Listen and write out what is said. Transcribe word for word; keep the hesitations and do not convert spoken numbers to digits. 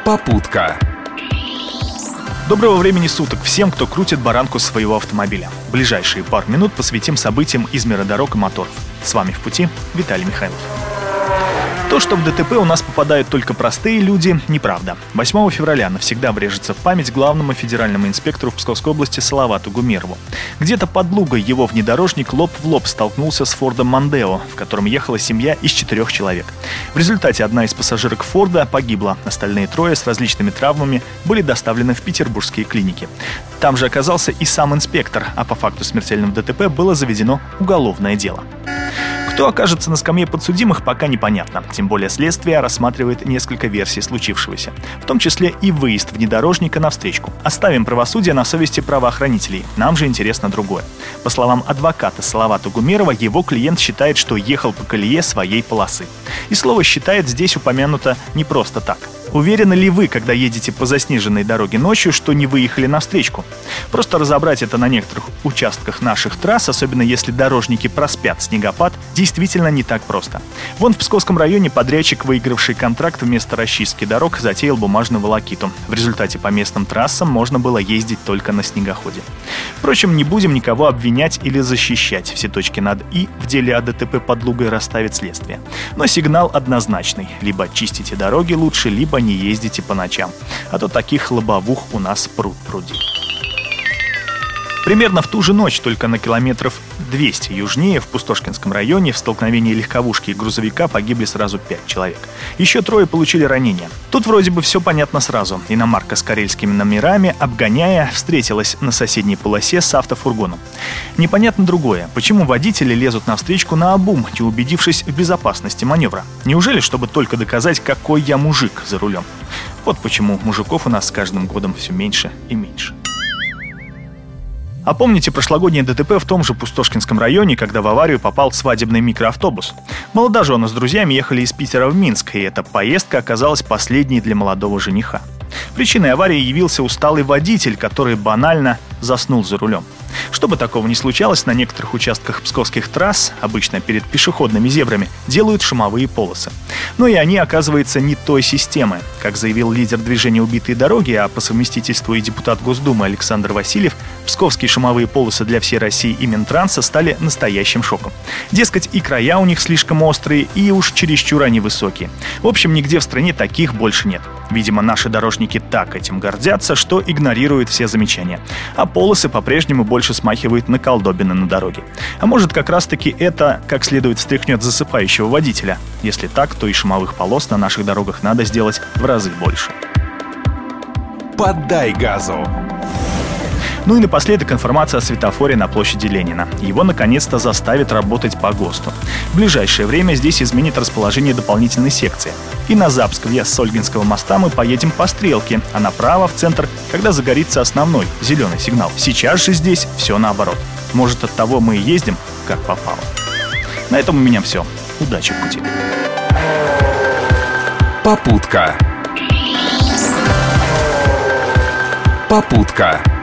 Попутка. Доброго времени суток всем, кто крутит баранку своего автомобиля. Ближайшие пару минут посвятим событиям из мира дорог и моторов. С вами в пути Виталий Михайлов. То, что в ДТП у нас попадают только простые люди, неправда. восьмого февраля навсегда врежется в память главному федеральному инспектору в Псковской области Салавату Гумерову. Где-то под Лугой его внедорожник лоб в лоб столкнулся с Фордом Мондео, в котором ехала семья из четырех человек. В результате одна из пассажирок Форда погибла, остальные трое с различными травмами были доставлены в петербургские клиники. Там же оказался и сам инспектор, а по факту смертельного ДТП было заведено уголовное дело. Кто окажется на скамье подсудимых, пока непонятно. Тем более следствие рассматривает несколько версий случившегося, в том числе и выезд внедорожника навстречку. Оставим правосудие на совести правоохранителей. Нам же интересно другое. По словам адвоката Салавата Гумерова, его клиент считает, что ехал по колее своей полосы. И слово «считает» здесь упомянуто не просто так. Уверены ли вы, когда едете по заснеженной дороге ночью, что не выехали навстречку? Просто разобрать это на некоторых участках наших трасс, особенно если дорожники проспят снегопад, действительно не так просто. Вон в Псковском районе подрядчик, выигравший контракт вместо расчистки дорог, затеял бумажную волокиту. В результате по местным трассам можно было ездить только на снегоходе. Впрочем, не будем никого обвинять или защищать. Все точки над «и» в деле о ДТП под Лугой расставит следствие. Но сигнал однозначный. Либо чистите дороги лучше, либо не ездите по ночам. А то таких лобовух у нас пруд-пруди. Примерно в ту же ночь, только на километров двести южнее, в Пустошкинском районе, в столкновении легковушки и грузовика погибли сразу пять человек. Еще трое получили ранения. Тут вроде бы все понятно сразу. Иномарка с карельскими номерами, обгоняя, встретилась на соседней полосе с автофургоном. Непонятно другое. Почему водители лезут навстречку наобум, не убедившись в безопасности маневра? Неужели, чтобы только доказать, какой я мужик за рулем? Вот почему мужиков у нас с каждым годом все меньше и меньше. А помните прошлогоднее ДТП в том же Пустошкинском районе, когда в аварию попал свадебный микроавтобус? Молодожены с друзьями ехали из Питера в Минск, и эта поездка оказалась последней для молодого жениха. Причиной аварии явился усталый водитель, который банально заснул за рулем. Чтобы такого не случалось, на некоторых участках псковских трасс, обычно перед пешеходными зебрами, делают шумовые полосы. Но и они, оказывается, не той системы. Как заявил лидер движения «Убитые дороги», а по совместительству и депутат Госдумы Александр Васильев, псковские шумовые полосы для всей России и Минтранса стали настоящим шоком. Дескать, и края у них слишком острые, и уж чересчур они высокие. В общем, нигде в стране таких больше нет. Видимо, наши дорожники так этим гордятся, что игнорируют все замечания. А полосы по-прежнему больше смахивают на колдобины на дороге. А может, как раз-таки это как следует встряхнет засыпающего водителя? Если так, то и шумовых полос на наших дорогах надо сделать в разы больше. Поддай газу. Ну и напоследок информация о светофоре на площади Ленина. Его наконец-то заставят работать по ГОСТу. В ближайшее время здесь изменит расположение дополнительной секции. И на Запск, с Ольгинского моста мы поедем по стрелке, а направо, в центр, когда загорится основной, зеленый сигнал. Сейчас же здесь все наоборот. Может, от того мы и ездим, как попало. На этом у меня все. Удачи в пути. Попутка. Попутка.